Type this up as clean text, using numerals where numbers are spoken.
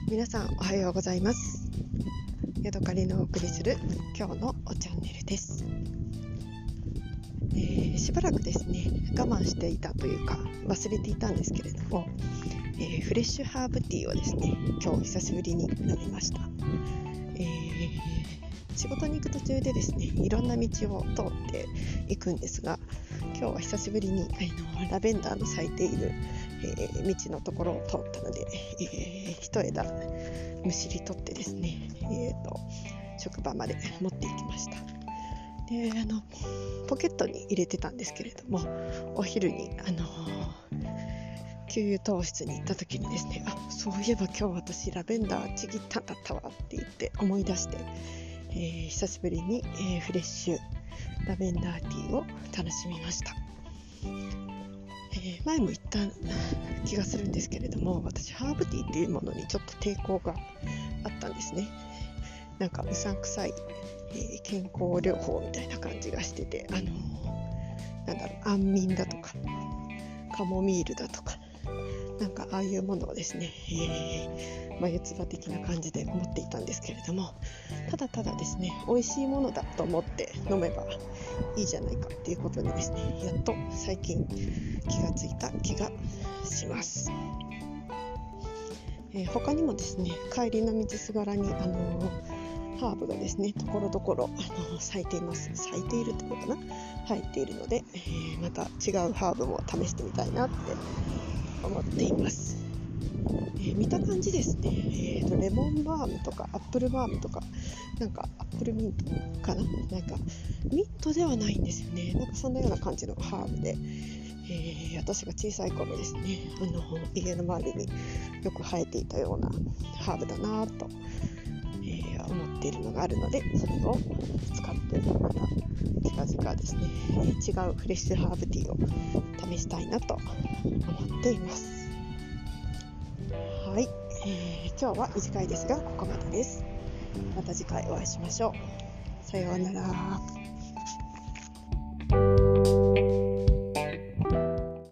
皆さんおはようございます。ヤドカリのお送りする今日のチャンネルです。しばらくですね我慢していたというか忘れていたんですけれども、フレッシュハーブティーをですね今日久しぶりに飲みました。仕事に行く途中でですねいろんな道を通っていくんですが、今日は久しぶりにラベンダーの咲いている、道のところを通ったので、一枝むしり取ってですね、職場まで持っていきました。でポケットに入れてたんですけれども、お昼に給油糖室に行った時にですね、そういえば今日私ラベンダーちぎったんだったわって言って思い出して、久しぶりに、フレッシュラベンダーティーを楽しみました。前も言った気がするんですけれども、私ハーブティーっていうものにちょっと抵抗があったんですね。なんかうさんくさい、健康療法みたいな感じがしてて、安眠だとかカモミールだとかなんかああいうものをですね、眉唾的な感じで思っていたんですけれども、ただただですね美味しいものだと思って飲めばいいじゃないかっていうことにですね、やっと最近気がついた気がします。他にもですね帰りの道すがらにハーブがですねところどころ咲いています。咲いているというのかな、入っているので、また違うハーブも試してみたいなって思っています。見た感じですね、レモンバームとかアップルバームとか、なんかアップルミントかな、なんかミントではないんですよね。なんかそんなような感じのハーブで、私が小さい頃ですね家の周りによく生えていたようなハーブだなと、思っているのがあるので、それを使ってまた近々ですね、違うフレッシュハーブティーを試したいなと思っています。はい、今日は短いですがここまでです。また次回お会いしましょう。さようなら。